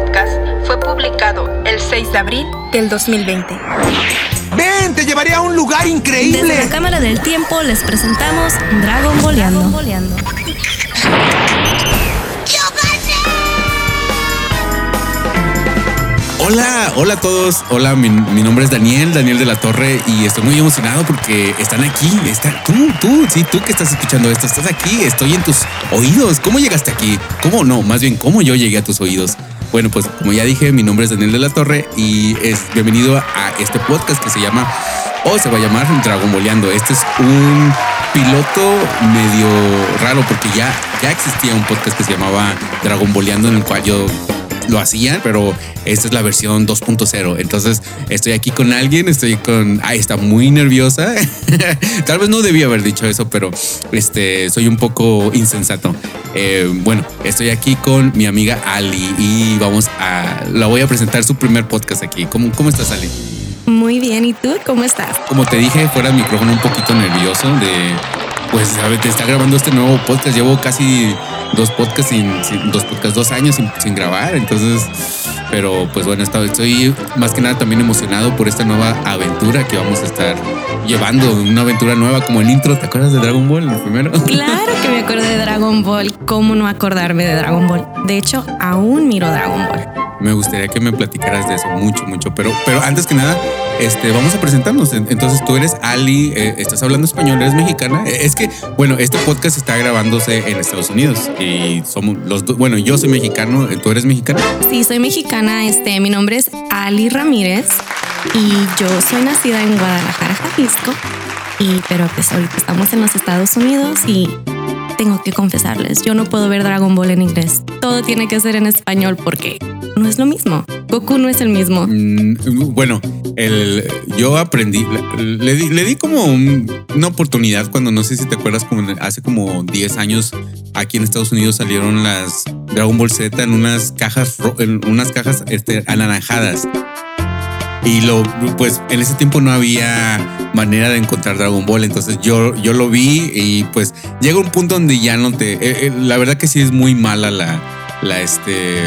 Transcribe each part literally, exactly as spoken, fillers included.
podcast fue publicado el seis de abril del dos mil veinte. ¡Ven! ¡Te llevaré a un lugar increíble! Desde la Cámara del Tiempo les presentamos Dragon Boleando. Hola, hola a todos. Hola, mi, mi nombre es Daniel, Daniel de la Torre, y estoy muy emocionado porque están aquí. Está, tú, tú, sí, tú que estás escuchando esto, estás aquí, estoy en tus oídos. ¿Cómo llegaste aquí? ¿Cómo no? Más bien, ¿cómo yo llegué a tus oídos? Bueno, pues como ya dije, mi nombre es Daniel de la Torre y es bienvenido a este podcast que se llama, o se va a llamar Dragon Boleando. Este es un piloto medio raro porque ya, ya existía un podcast que se llamaba Dragon Boleando en el cual yo lo hacía, pero esta es la versión dos punto cero. Entonces estoy aquí con alguien, estoy con... Ay, está muy nerviosa. Tal vez no debía haber dicho eso, pero este, soy un poco insensato. Eh, bueno, estoy aquí con mi amiga Ali y vamos a... La voy a presentar su primer podcast aquí. ¿Cómo, cómo estás, Ali? Muy bien, ¿y tú cómo estás? Como te dije, fuera del micrófono, un poquito nervioso de... Pues, ¿sabes? Te está grabando este nuevo podcast. Llevo casi dos podcasts sin, sin dos podcasts, dos años sin, sin grabar. Entonces, pero pues bueno, estoy más que nada también emocionado por esta nueva aventura que vamos a estar llevando. Una aventura nueva como el intro. ¿Te acuerdas de Dragon Ball, el primero? Claro que me acuerdo de Dragon Ball. ¿Cómo no acordarme de Dragon Ball? De hecho, aún miro Dragon Ball. Me gustaría que me platicaras de eso mucho, mucho. Pero, pero antes que nada, este, vamos a presentarnos. Entonces tú eres Ali, eh, estás hablando español, eres mexicana. Es que, bueno, este podcast está grabándose en Estados Unidos y somos los dos. Bueno, yo soy mexicano, ¿tú eres mexicana? Sí, soy mexicana. Este, mi nombre es Ali Ramírez y yo soy nacida en Guadalajara, Jalisco. Y, pero pues ahorita estamos en los Estados Unidos y tengo que confesarles, yo no puedo ver Dragon Ball en inglés. Todo tiene que ser en español porque no es lo mismo. Goku no es el mismo. Mm, bueno, el, yo aprendí, le, le, di, le di como un, una oportunidad cuando, no sé si te acuerdas, como hace como diez años aquí en Estados Unidos salieron las Dragon Ball Z en unas cajas, en unas cajas este, anaranjadas. Y lo, pues en ese tiempo no había manera de encontrar Dragon Ball, entonces yo, yo lo vi y pues llega un punto donde ya no te... Eh, eh, la verdad que sí es muy mala la, la, este,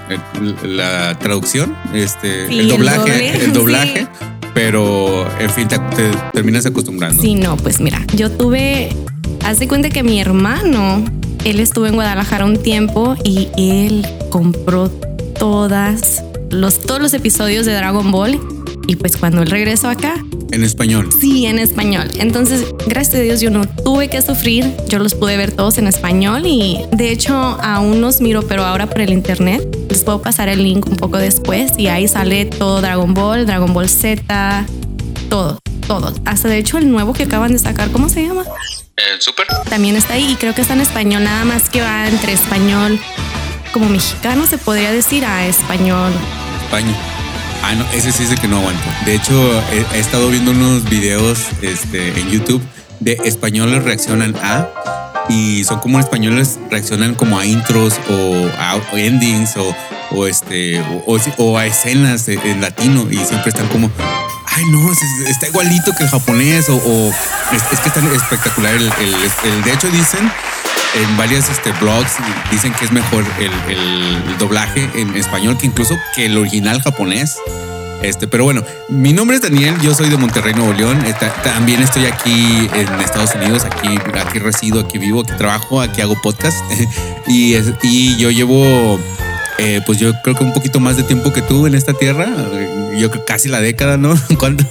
la traducción, este, sí, el doblaje, el, doble, el doblaje, sí. Pero en fin, te, te terminas acostumbrando. Sí, no, pues mira, yo tuve... Haz de cuenta que mi hermano, él estuvo en Guadalajara un tiempo y él compró todas... Los, todos los episodios de Dragon Ball y pues cuando él regresó acá... ¿En español? Sí, en español. Entonces, gracias a Dios yo no tuve que sufrir, yo los pude ver todos en español y de hecho aún los miro, pero ahora por el internet. Les puedo pasar el link un poco después y ahí sale todo Dragon Ball, Dragon Ball Z, todo, todo. Hasta de hecho el nuevo que acaban de sacar, ¿cómo se llama? El Super. También está ahí y creo que está en español, nada más que va entre español como mexicano, se podría decir, a español. España. Ah, no, ese sí es el que no aguanto. De hecho, he, he estado viendo unos videos este, en YouTube de españoles reaccionan a, y son como españoles reaccionan como a intros o a endings o, o, este, o, o a escenas en latino y siempre están como, ay no, está igualito que el japonés o, o es, es que está espectacular. El, el, el, de hecho dicen en varios este, blogs, dicen que es mejor el, el, el doblaje en español que incluso que el original japonés. Este, pero bueno, mi nombre es Daniel, yo soy de Monterrey, Nuevo León. Esta, también estoy aquí en Estados Unidos, aquí, aquí resido, aquí vivo, aquí trabajo, aquí hago podcast. y, y yo llevo, eh, pues yo creo que un poquito más de tiempo que tú en esta tierra. Yo creo casi la década, ¿no? ¿Cuánto?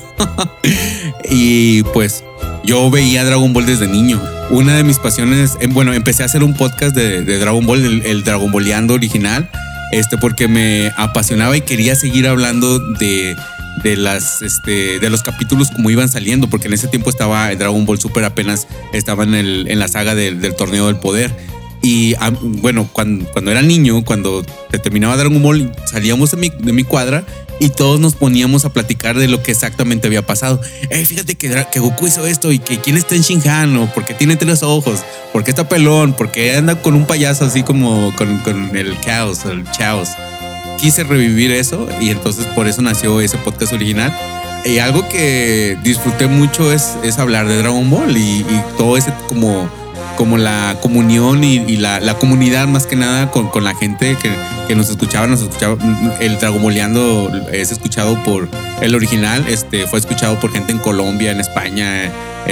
Y pues yo veía Dragon Ball desde niño. Una de mis pasiones, bueno, empecé a hacer un podcast de, de Dragon Ball, el, el Dragon Boleando original, este, porque me apasionaba y quería seguir hablando de, de, las, este, de los capítulos como iban saliendo, porque en ese tiempo estaba el Dragon Ball Super, apenas estaba en, el, en la saga del, del Torneo del Poder. Y bueno, cuando, cuando era niño, cuando te terminaba Dragon Ball, salíamos de mi, de mi cuadra y todos nos poníamos a platicar de lo que exactamente había pasado. Hey, fíjate que, que Goku hizo esto y que quién está en Shinhan, o por qué tiene tres ojos, por qué está pelón, por qué anda con un payaso así como con, con el Chaos, el Chaos. Quise revivir eso y entonces por eso nació ese podcast original. Y algo que disfruté mucho es, es hablar de Dragon Ball y, y todo ese como... como la comunión y, y la, la comunidad más que nada con, con la gente que, que nos escuchaba, nos escuchaba. El Dragonboleando es escuchado por el original, este, fue escuchado por gente en Colombia, en España,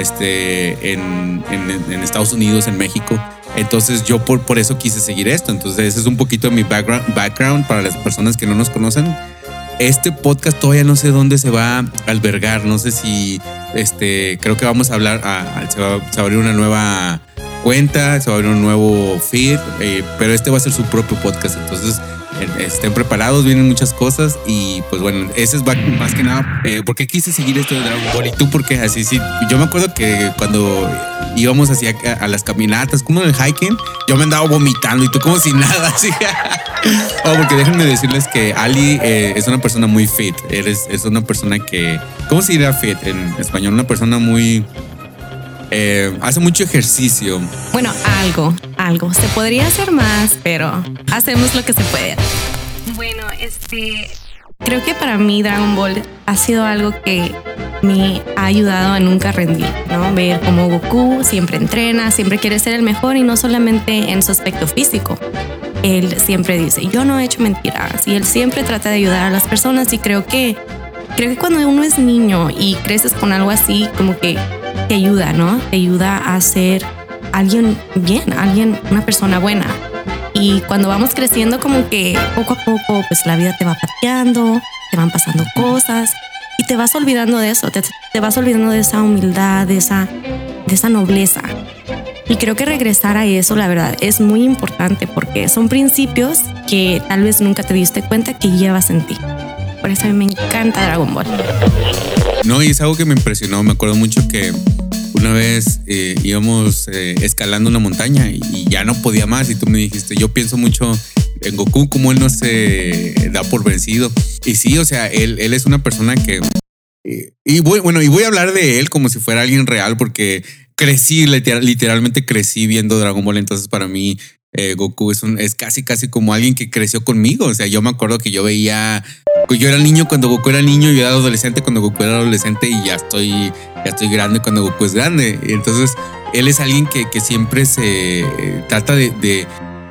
este, en, en, en Estados Unidos, en México. Entonces yo por, por eso quise seguir esto. Entonces ese es un poquito de mi background, background para las personas que no nos conocen. Este podcast todavía no sé dónde se va a albergar. No sé si, este, creo que vamos a hablar, a, a, se, va, se va a abrir una nueva cuenta, se va a abrir un nuevo feed, eh, pero este va a ser su propio podcast. Entonces estén preparados, vienen muchas cosas y pues bueno, ese es más que nada eh, por qué quise seguir esto de Dragon Ball y tú por qué así. Sí, yo me acuerdo que cuando íbamos hacia a, a las caminatas, como en el hiking, yo me andaba vomitando y tú como si nada así. Oh, porque déjenme decirles que Ali eh, es una persona muy fit. Eres, es una persona que, ¿cómo se dirá fit en español? Una persona muy Eh, hace mucho ejercicio. Bueno, algo, algo. Se podría hacer más, pero hacemos lo que se puede. Bueno, este... Creo que para mí Dragon Ball ha sido algo que me ha ayudado a nunca rendir, ¿no? Ver cómo Goku siempre entrena, siempre quiere ser el mejor y no solamente en su aspecto físico. Él siempre dice, yo no he hecho mentiras y él siempre trata de ayudar a las personas y creo que, creo que cuando uno es niño y creces con algo así, como que te ayuda, ¿no? Te ayuda a ser alguien bien, alguien, una persona buena. Y cuando vamos creciendo, como que poco a poco, pues la vida te va pateando, te van pasando cosas y te vas olvidando de eso, te, te vas olvidando de esa humildad, de esa, de esa nobleza. Y creo que regresar a eso, la verdad, es muy importante porque son principios que tal vez nunca te diste cuenta que llevas en ti. Por eso a mí me encanta Dragon Ball. No, y es algo que me impresionó. Me acuerdo mucho que una vez eh, íbamos eh, escalando una montaña y, y ya no podía más. Y tú me dijiste, yo pienso mucho en Goku, como él no se da por vencido. Y sí, o sea, él, él es una persona que... Eh, y voy, bueno, y voy a hablar de él como si fuera alguien real porque crecí, literal, literalmente crecí viendo Dragon Ball. Entonces para mí eh, Goku es, un, es casi, casi como alguien que creció conmigo. O sea, yo me acuerdo que yo veía... Yo era niño cuando Goku era niño, yo era adolescente cuando Goku era adolescente y ya estoy, ya estoy grande cuando Goku es grande. Entonces, él es alguien que, que siempre se eh, trata de, de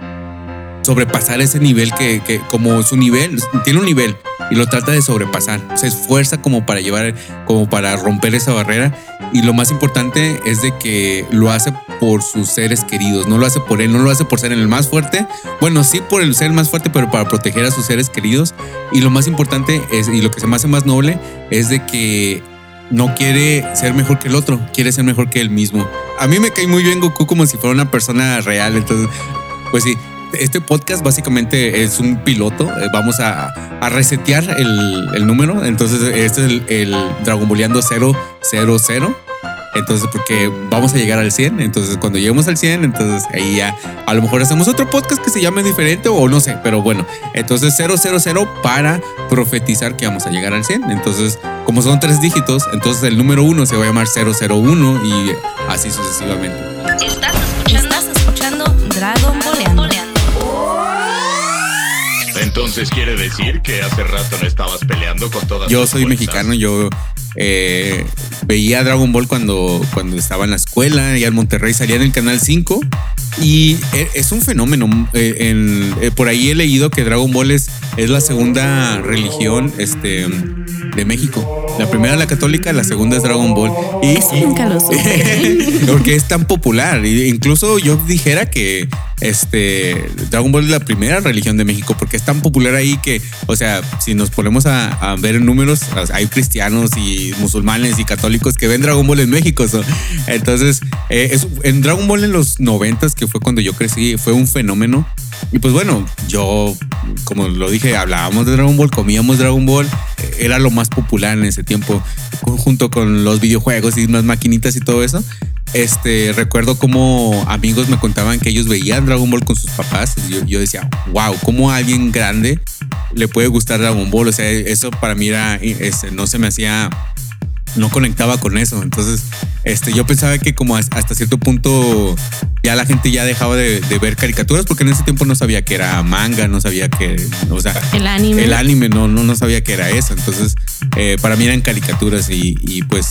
sobrepasar ese nivel que, que como su nivel, tiene un nivel y lo trata de sobrepasar. Se esfuerza como para llevar, como para romper esa barrera. Y lo más importante es de que lo hace por sus seres queridos, no lo hace por él, no lo hace por ser el más fuerte. Bueno, sí por el ser el más fuerte, pero para proteger a sus seres queridos. Y lo más importante es, y lo que se me hace más noble, es de que no quiere ser mejor que el otro, quiere ser mejor que él mismo. A mí me cae muy bien Goku como si fuera una persona real. Entonces, pues sí, este podcast básicamente es un piloto. Vamos a, a resetear el, el número. Entonces, este es el, el Dragonboleando cero cero cero. Entonces, porque vamos a llegar al cien. Entonces, cuando lleguemos al cien, entonces ahí ya a lo mejor hacemos otro podcast que se llame diferente o no sé, pero bueno. Entonces, cero cero cero para profetizar que vamos a llegar al cien. Entonces, como son tres dígitos, entonces el número uno se va a llamar cero cero uno y así sucesivamente. Estás escuchando, ¿Estás escuchando Dragonboleando. Entonces quiere decir que hace rato no estabas peleando con todas. Yo soy mexicano, yo eh, veía Dragon Ball cuando, cuando estaba en la escuela y en Monterrey salía en el canal cinco y es un fenómeno. Eh, en, eh, por ahí he leído que Dragon Ball es, es la segunda religión este, de México. La primera es la católica, la segunda es Dragon Ball. Y, Eso nunca lo supe. Porque es tan popular. Incluso yo dijera que este, Dragon Ball es la primera religión de México porque es tan popular ahí que, o sea, si nos ponemos a, a ver en números, hay cristianos y musulmanes y católicos que ven Dragon Ball en México. So. Entonces, eh, es, en Dragon Ball en los noventas, que fue cuando yo crecí, fue un fenómeno. Y pues bueno, yo, como lo dije, hablábamos de Dragon Ball, comíamos Dragon Ball, era lo más popular en ese tiempo, junto con los videojuegos y unas maquinitas y todo eso. Este, recuerdo como amigos me contaban que ellos veían Dragon Ball con sus papás. Yo, yo decía, wow, ¿cómo a alguien grande le puede gustar Dragon Ball? O sea, eso para mí era, este, no se me hacía, no conectaba con eso. Entonces, este, yo pensaba que como hasta cierto punto ya la gente ya dejaba de, de ver caricaturas porque en ese tiempo no sabía que era manga, no sabía que, o sea, el anime, el anime no, no, no sabía que era eso. Entonces, eh, para mí eran caricaturas y, y pues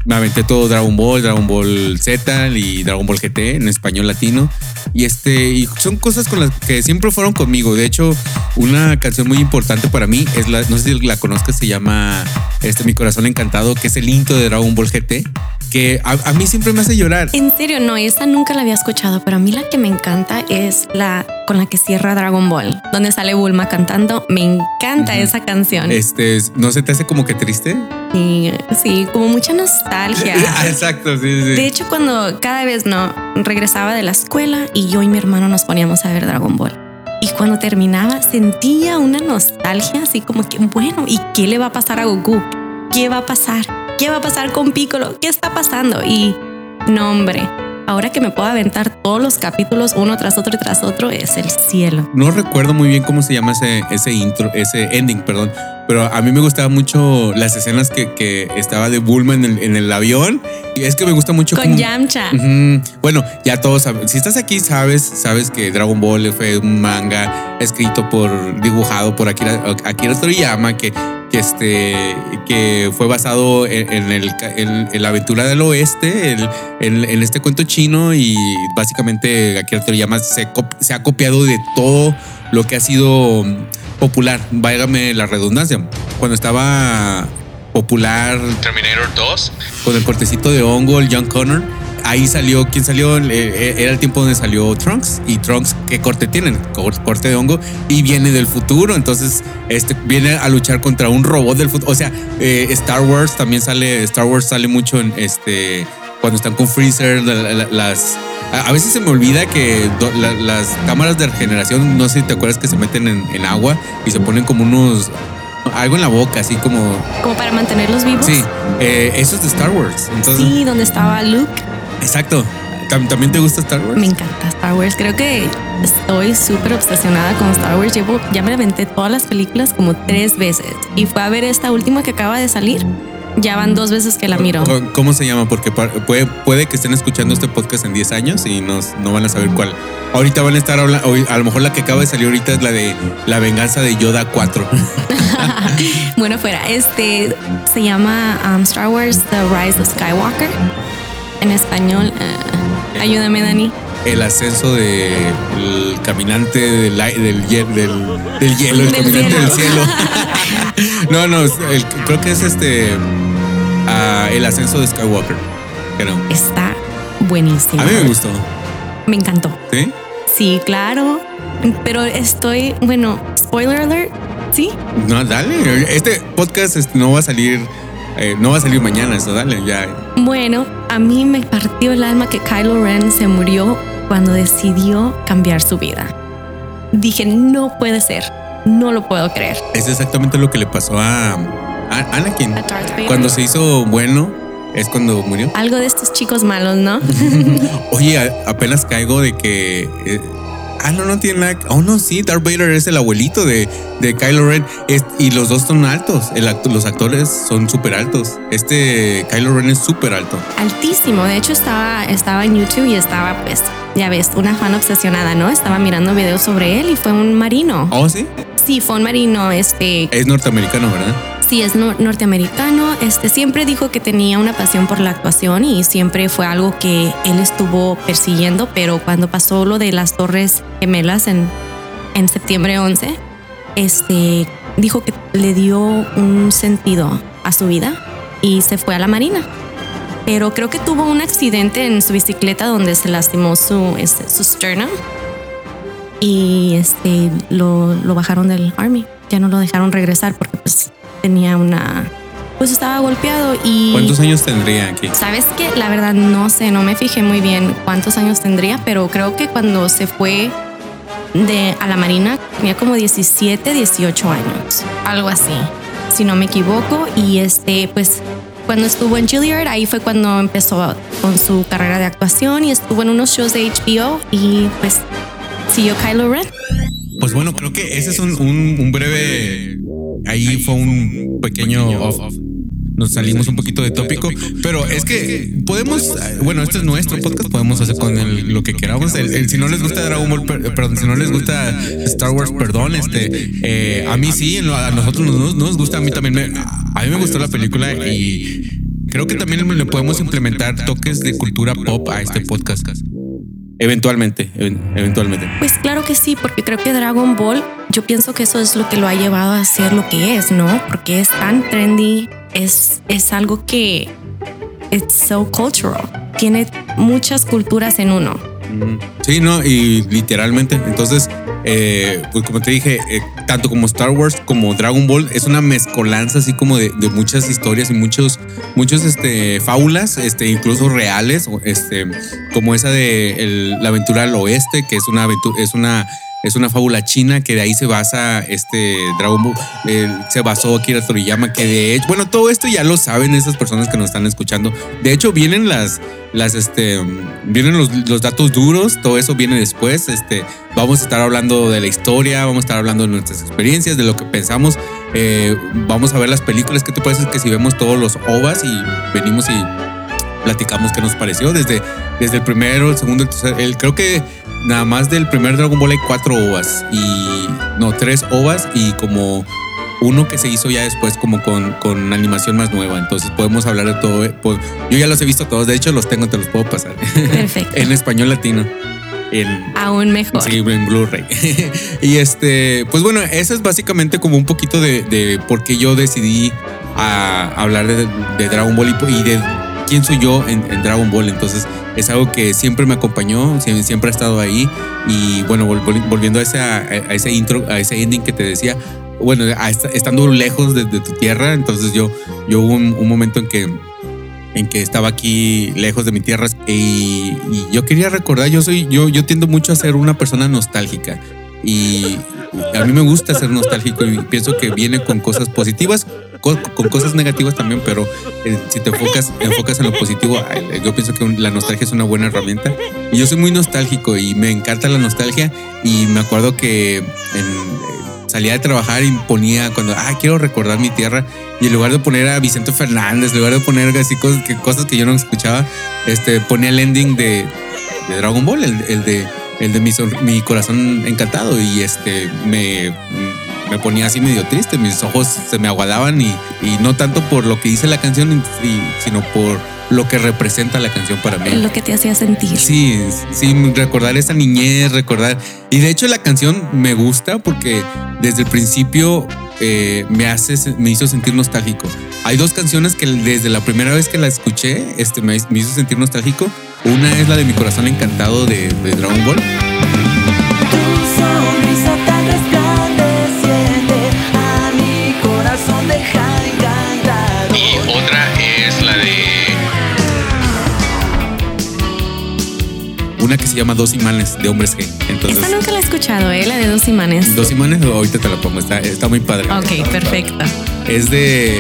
me aventé todo Dragon Ball, Dragon Ball Z y Dragon Ball G T en español latino. Y este y son cosas con las que siempre fueron conmigo. De hecho, una canción muy importante para mí es la, no sé si la conozcas, se llama este, Mi Corazón Encantado, que es el intro de Dragon Ball G T, que a, a mí siempre me hace llorar. En serio, no, esa nunca la había escuchado, pero a mí la que me encanta es la con la que cierra Dragon Ball, donde sale Bulma cantando. Me encanta uh-huh. esa canción. Este, ¿no se te hace como que triste? Sí, sí, como mucha nostalgia. Exacto, sí, sí. De hecho, cuando cada vez no regresaba de la escuela y yo y mi hermano nos poníamos a ver Dragon Ball. Y cuando terminaba sentía una nostalgia así como que, bueno, ¿y qué le va a pasar a Goku? ¿Qué va a pasar? ¿Qué va a pasar con Piccolo? ¿Qué está pasando? Y no, hombre, ahora que me puedo aventar todos los capítulos uno tras otro y tras otro, es el cielo. No recuerdo muy bien cómo se llama ese, ese intro, ese ending, perdón. Pero a mí me gustaban mucho las escenas que, que estaba de Bulma en el, en el avión. Y es que me gusta mucho con como, Yamcha. Uh-huh. Bueno, ya todos saben. Si estás aquí, sabes, sabes que Dragon Ball fue un manga escrito por, dibujado por Akira, Akira Toriyama, que, que, este, que fue basado en, en, el, en, en la aventura del oeste, el, en, en este cuento chino. Y básicamente Akira Toriyama se, se ha copiado de todo lo que ha sido popular, váyame la redundancia. Cuando estaba popular Terminator dos, con el cortecito de hongo, el John Connor, ahí salió, ¿quién salió? Era el tiempo donde salió Trunks. Y Trunks, ¿qué corte tienen? Corte de hongo, y viene del futuro. Entonces este, viene a luchar contra un robot del futuro. O sea, eh, Star Wars también sale, Star Wars sale mucho en este, cuando están con Freezer, la, la, las... A veces se me olvida que do, la, las cámaras de regeneración, no sé si te acuerdas que se meten en, en agua y se ponen como unos... algo en la boca, así como... Como para mantenerlos vivos. Sí, eh, eso es de Star Wars. Entonces, sí, donde estaba Luke. Exacto. ¿También te gusta Star Wars? Me encanta Star Wars. Creo que estoy súper obsesionada con Star Wars. Llevo, ya me aventé todas las películas como tres veces. Y fue a ver esta última que acaba de salir. Ya van dos veces que la miro. ¿Cómo se llama? Porque puede, puede que estén escuchando este podcast en diez años y no, no van a saber cuál. Ahorita van a estar hablando, a lo mejor la que acaba de salir ahorita es la de La Venganza de Yoda cuatro. Bueno, fuera, este se llama um, Star Wars The Rise of Skywalker. En español, uh, ayúdame, Dani. El ascenso del caminante del, del, del, del hielo, el del caminante cielo. del cielo. No, no, el, creo que es este uh, el ascenso de Skywalker. Creo. Está buenísimo. A mí me gustó. Me encantó. ¿Sí? Sí, claro. Pero estoy, bueno, spoiler alert, ¿sí? No, dale. Este podcast no va a salir, eh, no va a salir mañana, eso, dale, ya. Bueno, a mí me partió el alma que Kylo Ren se murió cuando decidió cambiar su vida. Dije, no puede ser, no lo puedo creer. Es exactamente lo que le pasó a, a Anakin. A Darth Vader. Cuando se hizo bueno, es cuando murió. Algo de estos chicos malos, ¿no? Oye, a, apenas caigo de que... Eh, ah, no, no tiene nada... Oh, no, sí, Darth Vader es el abuelito de, de Kylo Ren. Es, y los dos son altos. El act- los actores son súper altos. Este Kylo Ren es súper alto. Altísimo. De hecho, estaba, estaba en YouTube y estaba, pues, ya ves, una fan obsesionada, ¿no? Estaba mirando videos sobre él y fue un marino. ¿Oh, sí? Sí, fue un marino, este... Es norteamericano, ¿verdad? Sí, es no- norteamericano. Este siempre dijo que tenía una pasión por la actuación y siempre fue algo que él estuvo persiguiendo, pero cuando pasó lo de las Torres Gemelas en, en septiembre once, este dijo que le dio un sentido a su vida y se fue a la marina. Pero creo que tuvo un accidente en su bicicleta donde se lastimó su, este, su sternum y este lo, lo bajaron del Army. Ya no lo dejaron regresar porque pues tenía una... Pues estaba golpeado y... ¿Cuántos años tendría aquí? ¿Sabes qué? La verdad no sé, no me fijé muy bien cuántos años tendría, pero creo que cuando se fue de, a la marina tenía como diecisiete, dieciocho años, algo así, si no me equivoco. Y este, pues cuando estuvo en Juilliard, ahí fue cuando empezó con su carrera de actuación y estuvo en unos shows de H B O y pues siguió Kylo Ren. Pues bueno, creo que ese es un, un, un breve... Ahí fue un pequeño off. Nos salimos un poquito de tópico, pero es que podemos, bueno, este es nuestro podcast, podemos hacer con él lo que queramos. El, el, si no les gusta Dragon Ball, per, perdón, si no les gusta Star Wars, perdón, este, eh, a mí sí, a nosotros nos, nos gusta, a mí también me, a mí me gustó la película y creo que también le podemos implementar toques de cultura pop a este podcast. Eventualmente, eventualmente. Pues claro que sí, porque creo que Dragon Ball, yo pienso que eso es lo que lo ha llevado a ser lo que es, ¿no? Porque es tan trendy, es, es algo que it's so cultural, tiene muchas culturas en uno. Sí, no, y literalmente, entonces, eh, pues como te dije, eh, tanto como Star Wars como Dragon Ball es una mezcolanza así como de, de muchas historias y muchos, muchos, este, fábulas, este, incluso reales, este, como esa de el, la aventura al oeste, que es una aventura, es una Es una fábula china que de ahí se basa este Dragon Ball, eh, se basó Akira Toriyama, que de hecho, bueno, todo esto ya lo saben esas personas que nos están escuchando. De hecho, vienen las, las, este, vienen los, los datos duros, todo eso viene después. Este, vamos a estar hablando de la historia, vamos a estar hablando de nuestras experiencias, de lo que pensamos. Eh, vamos a ver las películas. ¿Qué te parece que si vemos todos los O V As y venimos y platicamos qué nos pareció desde, desde el primero, el segundo, el tercero? El, creo que nada más del primer Dragon Ball hay cuatro O V As y no, tres O V As y como uno que se hizo ya después como con, con animación más nueva. Entonces podemos hablar de todo. Pues, yo ya los he visto todos, de hecho los tengo, te los puedo pasar. Perfecto. En español latino. En, aún mejor. Sí, en Blu-ray. Y este, pues bueno, eso es básicamente como un poquito de, de por qué yo decidí a hablar de, de Dragon Ball y, y de quién soy yo en, en Dragon Ball. Entonces es algo que siempre me acompañó, siempre ha estado ahí. Y bueno, volviendo a ese, a ese intro, a ese ending que te decía, bueno, a esta, estando lejos de, de tu tierra, entonces yo, yo hubo un, un momento en que en que estaba aquí lejos de mi tierra y, y yo quería recordar, yo soy, yo, yo tiendo mucho a ser una persona nostálgica y a mí me gusta ser nostálgico y pienso que viene con cosas positivas, con, con cosas negativas también, pero eh, si te enfocas, enfocas en lo positivo, yo pienso que la nostalgia es una buena herramienta y yo soy muy nostálgico y me encanta la nostalgia y me acuerdo que en, salía de trabajar y ponía cuando, ah, quiero recordar mi tierra y en lugar de poner a Vicente Fernández, en lugar de poner así cosas que, cosas que yo no escuchaba, este, ponía el ending de, de Dragon Ball, el, el de el de mi, mi corazón encantado y este me, me ponía así medio triste, mis ojos se me aguadaban y, y no tanto por lo que dice la canción, y, sino por lo que representa la canción para mí. Lo que te hacía sentir. Sí, sí, recordar esa niñez, recordar. Y de hecho la canción me gusta porque desde el principio eh, me hace, me hizo sentir nostálgico. Hay dos canciones que desde la primera vez que la escuché este, me, me hizo sentir nostálgico. Una es la de Mi Corazón Encantado de, de Dragon Ball. Tu sonrisa tan resplandeciente a mi corazón deja encantado. Y otra es la de una que se llama Dos Imanes de Hombres G. Entonces, esta nunca la he escuchado, ¿eh? La de Dos Imanes. Dos Imanes, ahorita te la pongo, está, está muy padre. Ok, perfecta. Es de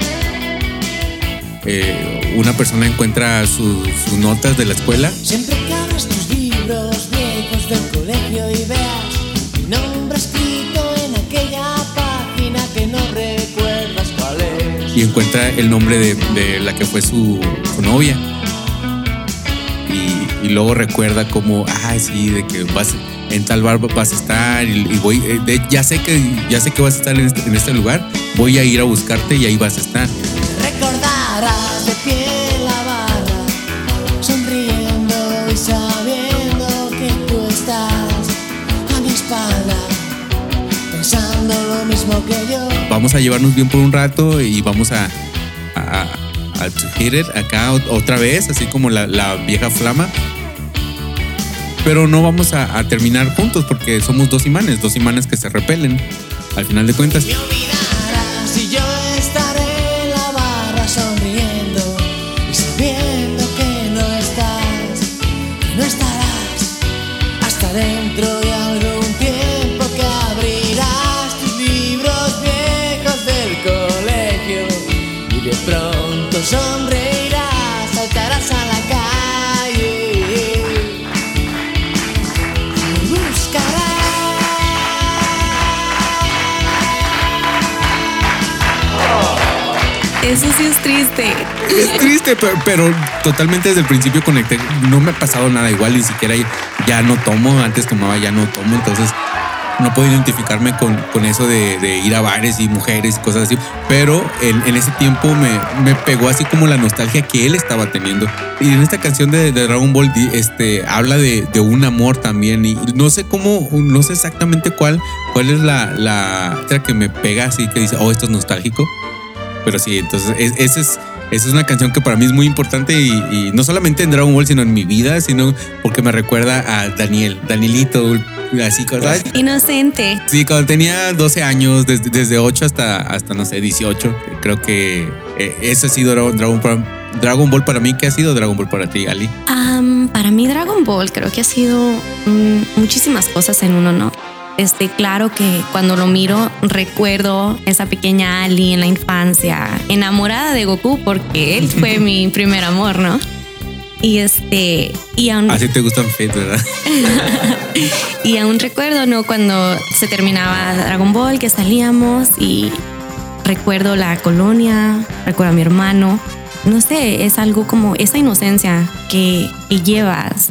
eh, una persona encuentra sus, sus notas de la escuela. Siempre que abras tus libros viejos del colegio y veas mi nombre escrito en aquella página que no recuerdas cuál es. Y encuentra el nombre de, de la que fue su, su novia. Y, y luego recuerda como, ah, sí, de que vas en tal bar vas a estar y, y voy, de, ya sé que ya sé que vas a estar en este, en este lugar, voy a ir a buscarte y ahí vas a estar. Recordarás de pie en la barra, sonriendo y sabiendo que tú estás a mi espalda, pensando lo mismo que yo. Vamos a llevarnos bien por un rato y vamos a, a, a to hit it acá otra vez, así como la, la vieja flama. Pero no vamos a, a terminar juntos porque somos dos imanes, dos imanes que se repelen al final de cuentas. Me olvidarás y yo estaré en la barra sonriendo y sabiendo que no estás, que no estarás hasta dentro de algún tiempo que abrirás tus libros viejos del colegio y de pronto sonreirás, saltarás a la calle. Eso sí es triste. Es triste, pero, pero totalmente desde el principio conecté. No me ha pasado nada igual, ni siquiera ya no tomo. Antes tomaba, ya no tomo. Entonces, no puedo identificarme con, con eso de, de ir a bares y mujeres y cosas así, pero en, en ese tiempo me, me pegó así como la nostalgia que él estaba teniendo. Y en esta canción de, de Dragon Ball este, habla de, de un amor también, y no sé cómo, no sé exactamente cuál, cuál es la, la otra que me pega así, que dice, oh, esto es nostálgico. Pero sí, entonces es, esa es, esa es una canción que para mí es muy importante y, y no solamente en Dragon Ball, sino en mi vida, sino porque me recuerda a Daniel, Danielito, así, ¿sabes? Inocente. Sí, cuando tenía doce años, desde, desde ocho hasta, hasta, no sé, dieciocho, creo que eh, eso ha sido Dragon Ball, Dragon Ball para mí. ¿Qué ha sido Dragon Ball para ti, Ali? Um, para mí Dragon Ball creo que ha sido um, muchísimas cosas en uno, ¿no? Este, claro que cuando lo miro recuerdo esa pequeña Ali en la infancia, enamorada de Goku porque él fue mi primer amor, ¿no? Y este, y aún así te gustan Fate, ¿verdad? Y aún recuerdo, ¿no? Cuando se terminaba Dragon Ball, que salíamos y recuerdo la colonia, recuerdo a mi hermano. No sé, es algo como esa inocencia que, que llevas.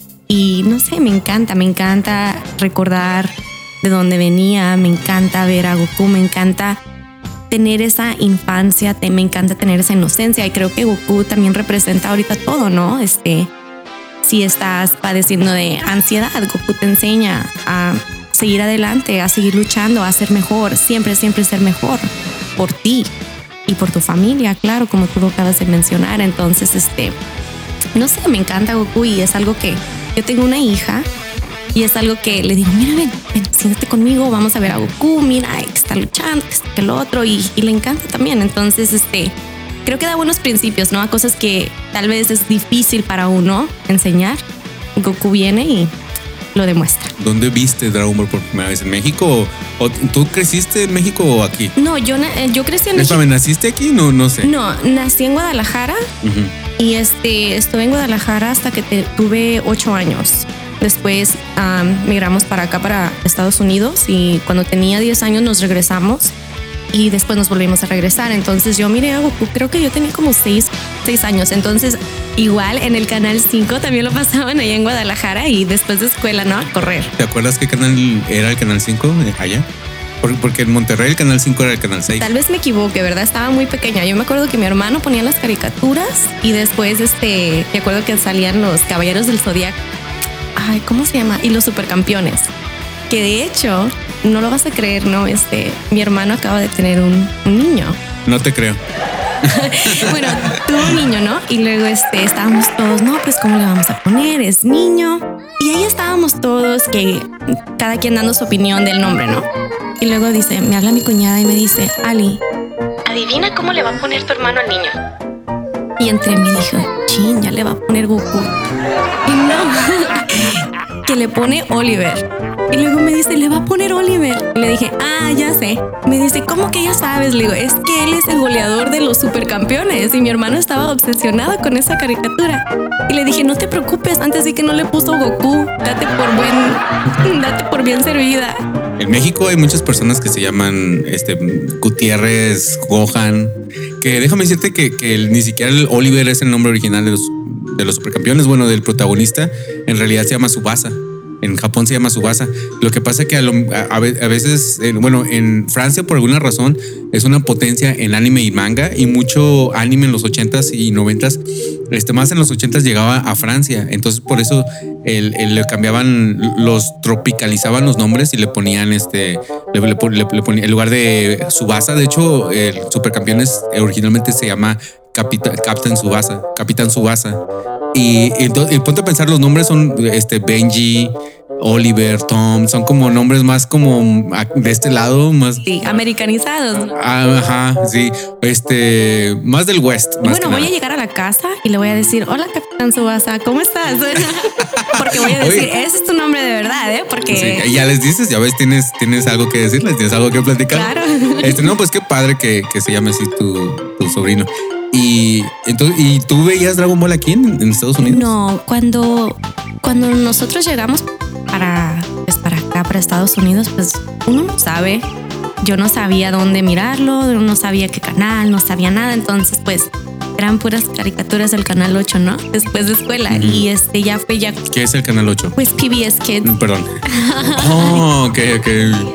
Y no sé, me encanta, me encanta recordar de dónde venía, me encanta ver a Goku, me encanta tener esa infancia, te, me encanta tener esa inocencia y creo que Goku también representa ahorita todo, ¿no? Este, si estás padeciendo de ansiedad, Goku te enseña a seguir adelante, a seguir luchando, a ser mejor, siempre, siempre ser mejor por ti y por tu familia, claro, como tú lo acabas de mencionar. Entonces, este, no sé, me encanta Goku y es algo que yo tengo una hija y es algo que le digo, mira, ven, ven, siéntate conmigo, vamos a ver a Goku, mira, que está luchando, que, que lo otro, y, y le encanta también. Entonces, este, creo que da buenos principios, ¿no? A cosas que tal vez es difícil para uno enseñar. Goku viene y lo demuestra. ¿Dónde viste Dragon Ball por primera vez? ¿En México? ¿O tú creciste en México o aquí? No, yo, yo crecí en México. ¿Naciste aquí? No, no sé. No, nací en Guadalajara. Uh-huh. Y este, estuve en Guadalajara hasta que te, tuve ocho años. Después um, migramos para acá, para Estados Unidos, y cuando tenía diez años nos regresamos y después nos volvimos a regresar. Entonces yo miré a Goku, creo que yo tenía como seis años. Entonces igual en el Canal cinco también lo pasaban allá en Guadalajara y después de escuela, ¿no? A correr. ¿Te acuerdas qué canal era el Canal cinco allá? Porque en Monterrey el Canal cinco era el Canal seis. Tal vez me equivoque, ¿verdad? Estaba muy pequeña. Yo me acuerdo que mi hermano ponía las caricaturas y después este, me acuerdo que salían los Caballeros del Zodiaco. Ay, ¿cómo se llama? Y los Supercampeones. Que de hecho, no lo vas a creer, ¿no? Este, mi hermano acaba de tener un, un niño. No te creo. Bueno, tuvo un niño, ¿no? Y luego este, estábamos todos, no, pues ¿cómo le vamos a poner? Es niño. Y ahí estábamos todos, que cada quien dando su opinión del nombre, ¿no? Y luego dice, me habla mi cuñada y me dice, Ali, adivina cómo le va a poner tu hermano al niño. Y entre mí dije, chin, ya le va a poner Goku. Y no, que le pone Oliver. Y luego me dice, le va a poner Oliver. Y le dije, ah, ya sé. Me dice, ¿cómo que ya sabes? Le digo, es que él es el goleador de los Supercampeones. Y mi hermano estaba obsesionado con esa caricatura. Y le dije, no te preocupes, antes de que no le puso Goku. Date por buen, date por bien servida. En México hay muchas personas que se llaman este, Gutiérrez, Gohan. Que déjame decirte que, que el, ni siquiera el Oliver es el nombre original de los, de los Supercampeones. Bueno, del protagonista. En realidad se llama Tsubasa. En Japón se llama Tsubasa. Lo que pasa es que a, lo, a, a veces, eh, bueno, en Francia por alguna razón es una potencia en anime y manga, y mucho anime en los ochentas y noventas, este, más en los ochentas llegaba a Francia. Entonces por eso el, el, le cambiaban, los tropicalizaban los nombres y le ponían este, le, le, le, le ponían, en lugar de Tsubasa, de hecho el Supercampeones originalmente se llama Capitán, Captain Tsubasa, Capitán Tsubasa. Y, y, y ponte a pensar, los nombres son este, Benji, Oliver, Tom, son como nombres más como de este lado, más sí, americanizados. Ajá, sí, este, más del West. Más bueno, voy nada. a llegar a la casa y le voy a decir, hola, Capitán Tsubasa, ¿cómo estás? Porque voy a decir, Oye, ese es tu nombre de verdad, ¿eh? Porque sí, ya les dices, ya ves, tienes, tienes algo que decirles, tienes algo que platicar. Claro. Este, no, pues qué padre que, que se llame así tu, tu sobrino. Y entonces, ¿y tú veías Dragon Ball aquí en, en Estados Unidos? No, cuando, cuando nosotros llegamos para, pues para acá, para Estados Unidos, pues uno no sabe. Yo no sabía dónde mirarlo, no sabía qué canal, no sabía nada. Entonces, pues eran puras caricaturas del Canal ocho, ¿no? Después de escuela. Mm. Y este ya fue ya... ¿Qué es el Canal ocho? Pues P B S Kids. Perdón. Oh, ok, ok.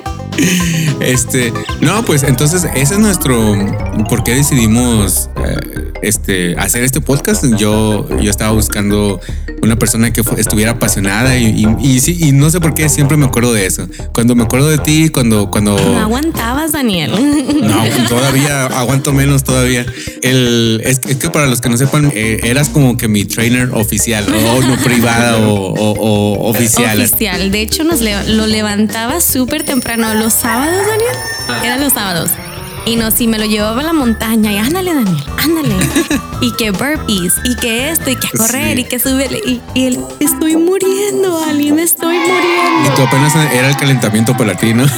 Este, no, pues entonces ese es nuestro, ¿por qué decidimos eh, este, hacer este podcast? Yo, yo estaba buscando una persona que fue, estuviera apasionada y, y, y, sí, y no sé por qué siempre me acuerdo de eso. Cuando me acuerdo de ti, cuando, cuando no aguantabas, Daniel. No, todavía aguanto menos todavía. El, es, es que para los que no sepan, eh, eras como que mi trainer oficial, o no privada o, o, o oficial. Oficial. De hecho, nos le, lo levantaba súper temprano. Los sábados, Daniel, eran los sábados. Y no, si me lo llevaba a la montaña y ándale, Daniel, ándale. Y que burpees, y que esto, y que a correr, sí. Y que súbele. Y, y él, estoy muriendo, Ali, me estoy muriendo. Y tú apenas era el calentamiento para ti, ¿no?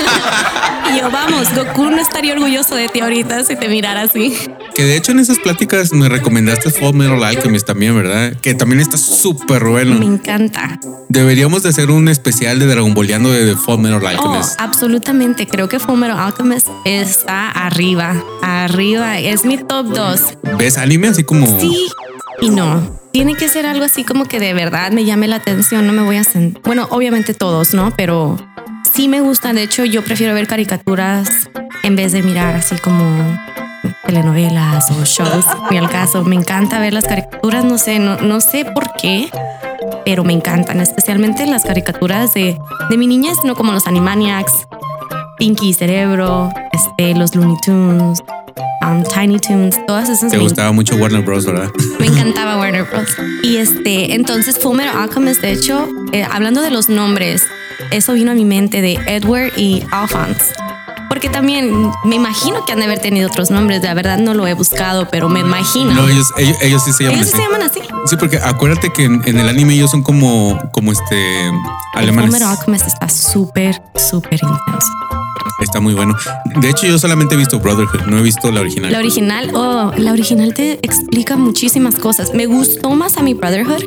Y yo, vamos, Goku no estaría orgulloso de ti ahorita si te mirara así. Que de hecho en esas pláticas me recomendaste Full Metal Alchemist también, ¿verdad? Que también está súper bueno. Me encanta. Deberíamos de hacer un especial de Dragon Balleando de, de Full Metal Alchemist. Oh, absolutamente. Creo que Full Metal Alchemist está arriba, arriba. Es mi top dos. ¿Ves anime así como...? Sí y no. Tiene que ser algo así como que de verdad me llame la atención. No me voy a sentir... Bueno, obviamente todos, ¿no? Pero sí me gustan. De hecho, yo prefiero ver caricaturas en vez de mirar así como... telenovelas o shows, ni al caso. Me encanta ver las caricaturas, no sé, no, no sé por qué, pero me encantan, especialmente las caricaturas de, de mi niñez, no como los Animaniacs, Pinky y Cerebro, este, los Looney Tunes, um, Tiny Toons, todas esas. Te gustaba mucho Warner Bros, ¿verdad? Me encantaba Warner Bros. Y este, entonces Full Metal Alchemist, de hecho, eh, hablando de los nombres, eso vino a mi mente de Edward y Alphonse. Porque también me imagino que han de haber tenido otros nombres. La verdad no lo he buscado, pero me imagino. No, ellos, ellos, ellos sí se llaman ellos así. ¿Ellos se llaman así? Sí, porque acuérdate que en, en el anime ellos son como, como este alemanes. El Full Metal Alchemist está súper, súper intenso. Está muy bueno. De hecho, yo solamente he visto Brotherhood, no he visto la original. La original, oh, la original te explica muchísimas cosas. Me gustó más a mi Brotherhood.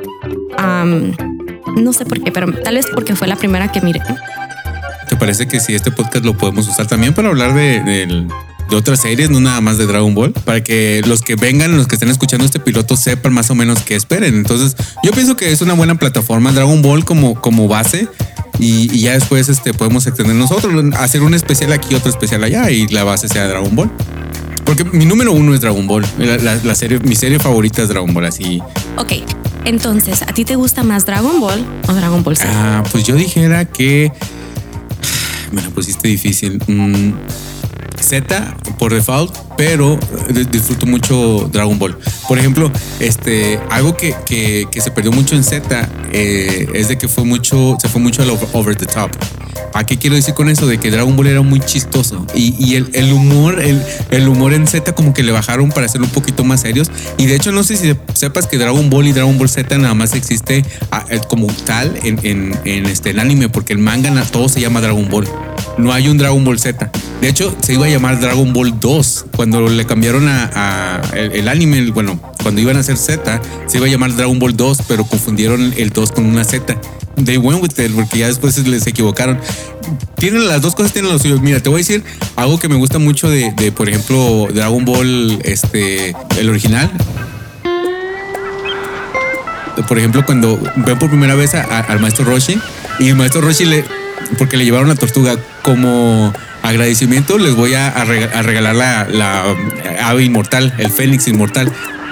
Um, no sé por qué, pero tal vez porque fue la primera que miré. ¿Te parece que si este podcast lo podemos usar también para hablar de, de, de otras series, no nada más de Dragon Ball? Para que los que vengan, los que estén escuchando este piloto sepan más o menos qué esperen. Entonces, yo pienso que es una buena plataforma Dragon Ball como, como base. Y, y ya después este, podemos extender nosotros, hacer un especial aquí, otro especial allá y la base sea Dragon Ball. Porque mi número uno es Dragon Ball. La, la, la serie, mi serie favorita es Dragon Ball, así. Ok, entonces, ¿a ti te gusta más Dragon Ball o Dragon Ball Z? Ah, pues yo dijera que... Me la pusiste difícil. Mm, Z por default, pero disfruto mucho Dragon Ball. Por ejemplo, este, algo que, que, que se perdió mucho en Z eh, es de que fue mucho, se fue mucho al over the top. ¿A qué quiero decir con eso? De que Dragon Ball era muy chistoso y, y el, el humor, el, el humor en Z como que le bajaron para hacerlo un poquito más serios. Y de hecho no sé si sepas que Dragon Ball y Dragon Ball Z nada más existe a, como tal en, en, en este el anime, porque el manga todo se llama Dragon Ball. No hay un Dragon Ball Z. De hecho se iba a llamar Dragon Ball dos cuando le cambiaron a, a el, el anime. El, bueno, cuando iban a hacer Z se iba a llamar Dragon Ball dos, pero confundieron el dos con una Z. They went with it porque ya después les equivocaron. Tienen las dos cosas, tienen lo suyo. Mira, te voy a decir algo que me gusta mucho de, de por ejemplo, Dragon Ball, este, el original. Por ejemplo, cuando ven por primera vez a, a, al maestro Roshi y el maestro Roshi le, porque le llevaron la tortuga como agradecimiento, les voy a, a regalar la, la ave inmortal, el Fénix inmortal.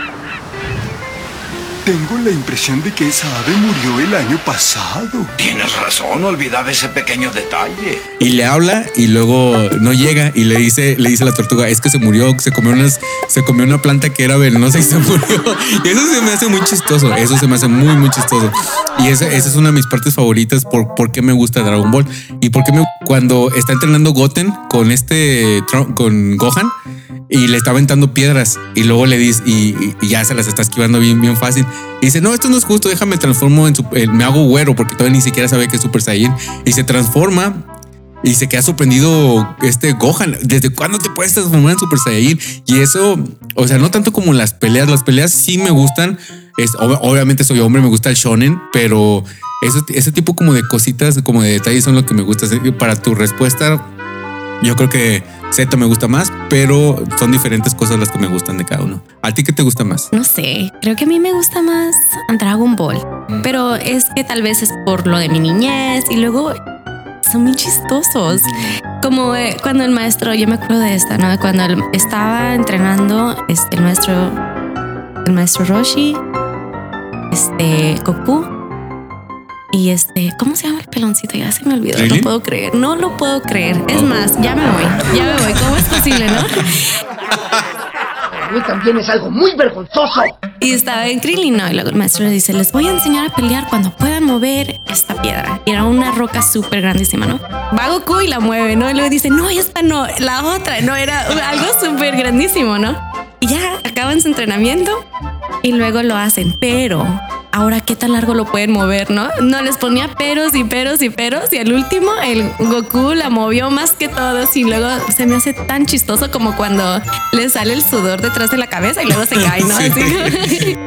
Tengo la impresión de que esa ave murió el año pasado. Tienes razón, olvidaba ese pequeño detalle. Y le habla y luego no llega y le dice, le dice a la tortuga, es que se murió, se comió unas, se comió una planta que era venenosa y se murió. Y eso se me hace muy chistoso, eso se me hace muy, muy chistoso. Y esa, esa es una de mis partes favoritas por, por qué me gusta Dragon Ball. Y por qué me, cuando está entrenando Goten con este, con Gohan, y le está aventando piedras y luego le dice y, y ya se las está esquivando bien, bien fácil. Y dice, no, esto no es justo, déjame transformo en super, me hago güero porque todavía ni siquiera sabe que es Super Saiyan. Y se transforma y se queda sorprendido este Gohan. ¿Desde cuándo te puedes transformar en Super Saiyan? Y eso, o sea, no tanto como las peleas, las peleas sí me gustan. Es, ob- obviamente soy hombre, me gusta el shonen, pero eso, ese tipo como de cositas, como de detalles son lo que me gusta. Para tu respuesta, yo creo que Z me gusta más, pero son diferentes cosas las que me gustan de cada uno. ¿A ti qué te gusta más? No sé, creo que a mí me gusta más Dragon Ball, pero es que tal vez es por lo de mi niñez y luego son muy chistosos. Como eh, cuando el maestro, yo me acuerdo de esta, ¿no? Cuando él estaba entrenando este, el maestro, el maestro Roshi, este Goku. Y este, ¿cómo se llama el peloncito? Ya se me olvidó. ¿Really? No puedo creer, no lo puedo creer. Es más, ya me voy, ya me voy. ¿Cómo es posible, no? Para mí también es algo muy vergonzoso. Y estaba en Krillin, ¿no? Y luego el maestro le dice, les voy a enseñar a pelear cuando puedan mover esta piedra. Y era una roca súper grandísima, ¿no? Va Goku y la mueve, ¿no? Y luego dice, no, esta no, la otra, no, era algo súper grandísimo, ¿no? Y ya acaban su entrenamiento y luego lo hacen, pero ahora qué tan largo lo pueden mover, ¿no? No, les ponía peros y peros y peros y al último el Goku la movió más que todos y luego se me hace tan chistoso como cuando le sale el sudor detrás de la cabeza y luego se cae, ¿no? Sí. Así.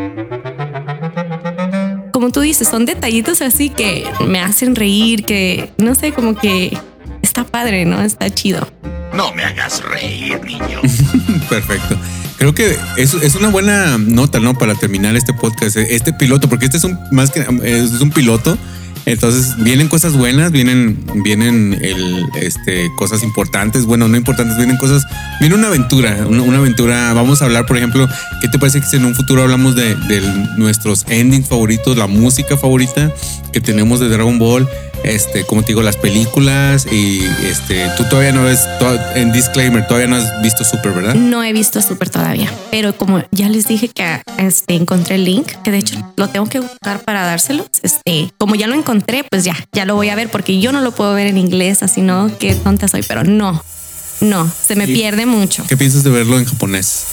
Como tú dices, son detallitos así que me hacen reír, que no sé, como que está padre, ¿no? Está chido. No me hagas reír, niño. Perfecto. Creo que es, es una buena nota, ¿no? Para terminar este podcast, este piloto, porque este es un más que es un piloto. Entonces vienen cosas buenas, vienen, vienen el, este, cosas importantes, bueno, no importantes, vienen cosas, viene una aventura, una, una aventura. Vamos a hablar, por ejemplo, ¿qué te parece que si en un futuro hablamos de, de nuestros endings favoritos, la música favorita que tenemos de Dragon Ball? Este, como te digo, las películas y este, tú todavía no ves, en disclaimer, todavía no has visto Super, ¿verdad? No he visto Super todavía, pero como ya les dije que este, encontré el link, que de hecho lo tengo que buscar para dárselos, este, como ya lo encontré, pues ya, ya lo voy a ver porque yo no lo puedo ver en inglés, así no, qué tonta soy, pero no, no, se me ¿Y pierde mucho. ¿Qué piensas de verlo en japonés?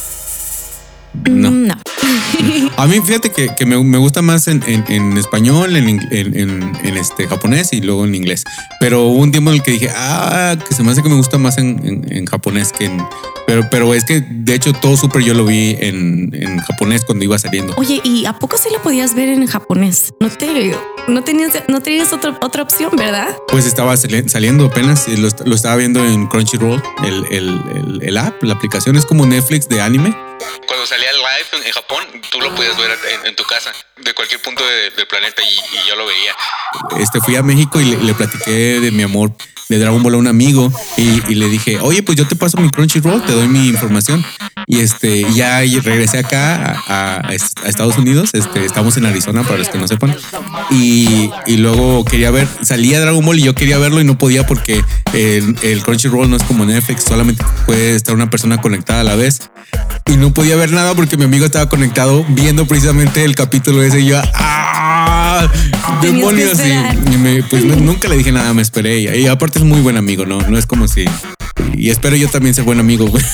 No. No. A mí fíjate que, que me, me gusta más en, en, en español, en, en, en, en este japonés y luego en inglés. Pero hubo un tiempo en el que dije, ah, que se me hace que me gusta más en, en, en japonés que en... Pero, pero es que de hecho todo Super yo lo vi en, en japonés cuando iba saliendo. Oye, ¿y a poco sí lo podías ver en japonés? No te, no tenías, no tenías otra, otra opción, ¿verdad? Pues estaba saliendo apenas, lo, lo estaba viendo en Crunchyroll, el, el, el, el app, la aplicación es como Netflix de anime. Cuando salía el live en Japón, tú lo podías ver en, en tu casa, de cualquier punto de, del planeta y, y yo lo veía. Este, fui a México y le, le platiqué de mi amor de Dragon Ball a un amigo y, y le dije, oye, pues yo te paso mi Crunchyroll, te doy mi información. Y este, ya regresé acá a, a, a Estados Unidos. Este, estamos en Arizona para los que no sepan. Y, y luego quería ver, salía Dragon Ball y yo quería verlo y no podía porque el, el Crunchyroll no es como Netflix, solamente puede estar una persona conectada a la vez. Y no podía ver nada porque mi amigo estaba conectado viendo precisamente el capítulo ese y yo, ¡ah! ¡Demonios! Y, y me, pues no, nunca le dije nada, me esperé. Y, y aparte es muy buen amigo, ¿no? No es como si... Y espero yo también ser buen amigo, güey.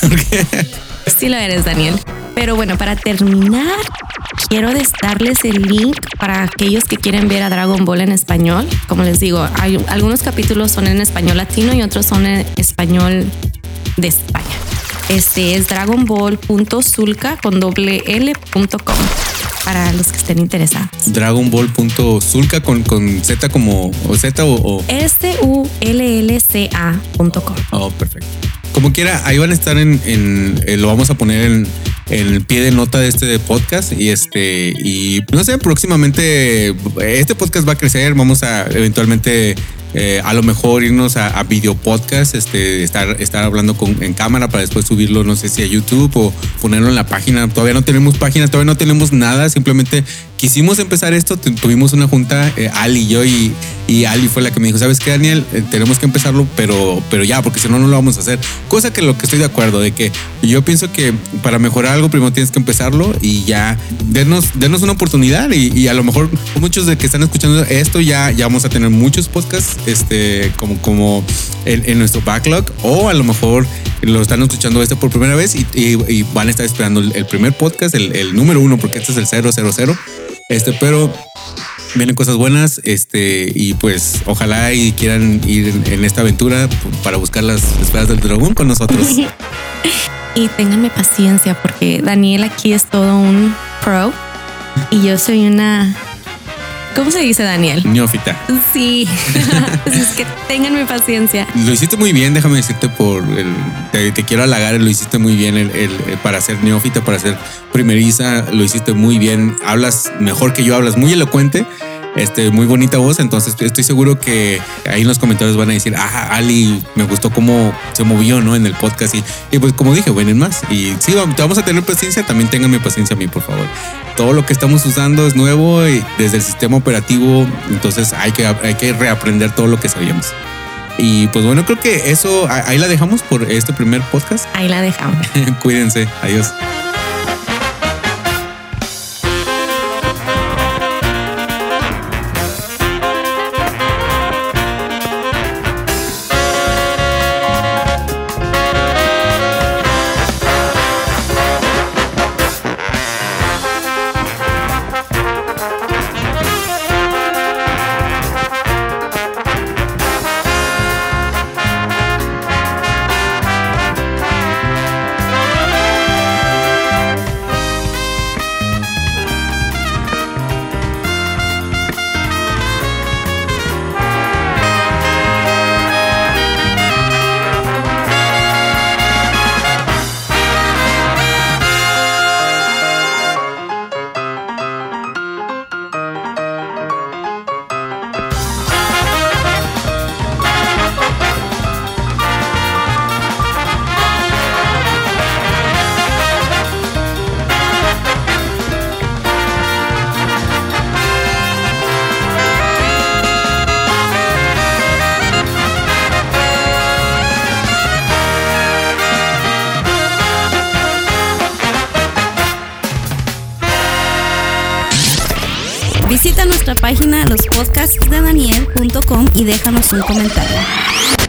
Sí lo eres, Daniel. Pero bueno, para terminar, quiero darles el link para aquellos que quieren ver a Dragon Ball en español. Como les digo, hay algunos capítulos son en español latino y otros son en español de España. Este es dragonball.zulka con doble L punto com para los que estén interesados. Dragonball.zulka con, con Z como o Z o, o... S U L L C A punto com. Oh, perfecto. Como quiera, ahí van a estar en, en, en lo vamos a poner en, en el pie de nota de este podcast y este y no sé, próximamente este podcast va a crecer, vamos a eventualmente eh, a lo mejor irnos a, a video podcast, este, estar, estar hablando con, en cámara para después subirlo, no sé si a YouTube o ponerlo en la página. Todavía no tenemos página, todavía no tenemos nada, simplemente quisimos empezar esto, tuvimos una junta, eh, Ali y yo, y, y Ali fue la que me dijo, ¿sabes qué, Daniel? Eh, tenemos que empezarlo, pero, pero ya, porque si no, no lo vamos a hacer. Cosa que lo que estoy de acuerdo, de que yo pienso que para mejorar algo primero tienes que empezarlo y ya, denos, denos una oportunidad y, y a lo mejor muchos de que están escuchando esto ya, ya vamos a tener muchos podcasts este, como, como en, en nuestro backlog, o a lo mejor lo están escuchando este por primera vez y, y, y van a estar esperando el, el primer podcast, el, el número uno, porque este es el cero cero cero. Este, pero vienen cosas buenas, este, y pues ojalá y quieran ir en, en esta aventura para buscar las esferas del dragón con nosotros. Y ténganme paciencia porque Daniel aquí es todo un pro y yo soy una ¿Cómo se dice, Daniel? Neófita. Sí, es que tengan mi paciencia. Lo hiciste muy bien, déjame decirte por el... Te, te quiero halagar, lo hiciste muy bien el, el, el, para ser neófita, para ser primeriza, lo hiciste muy bien. Hablas mejor que yo, hablas muy elocuente. Este, muy bonita voz, entonces estoy seguro que ahí en los comentarios van a decir, ah, Ali, me gustó cómo se movió, ¿no? En el podcast y, y pues como dije, vienen más. Y sí, vamos a tener paciencia, también ténganme paciencia a mí, por favor. Todo lo que estamos usando es nuevo y desde el sistema operativo, entonces hay que, hay que reaprender todo lo que sabíamos. Y pues bueno, creo que eso, ahí la dejamos por este primer podcast. Ahí la dejamos. Cuídense, adiós. Visita nuestra página los podcasts de daniel punto com y déjanos un comentario.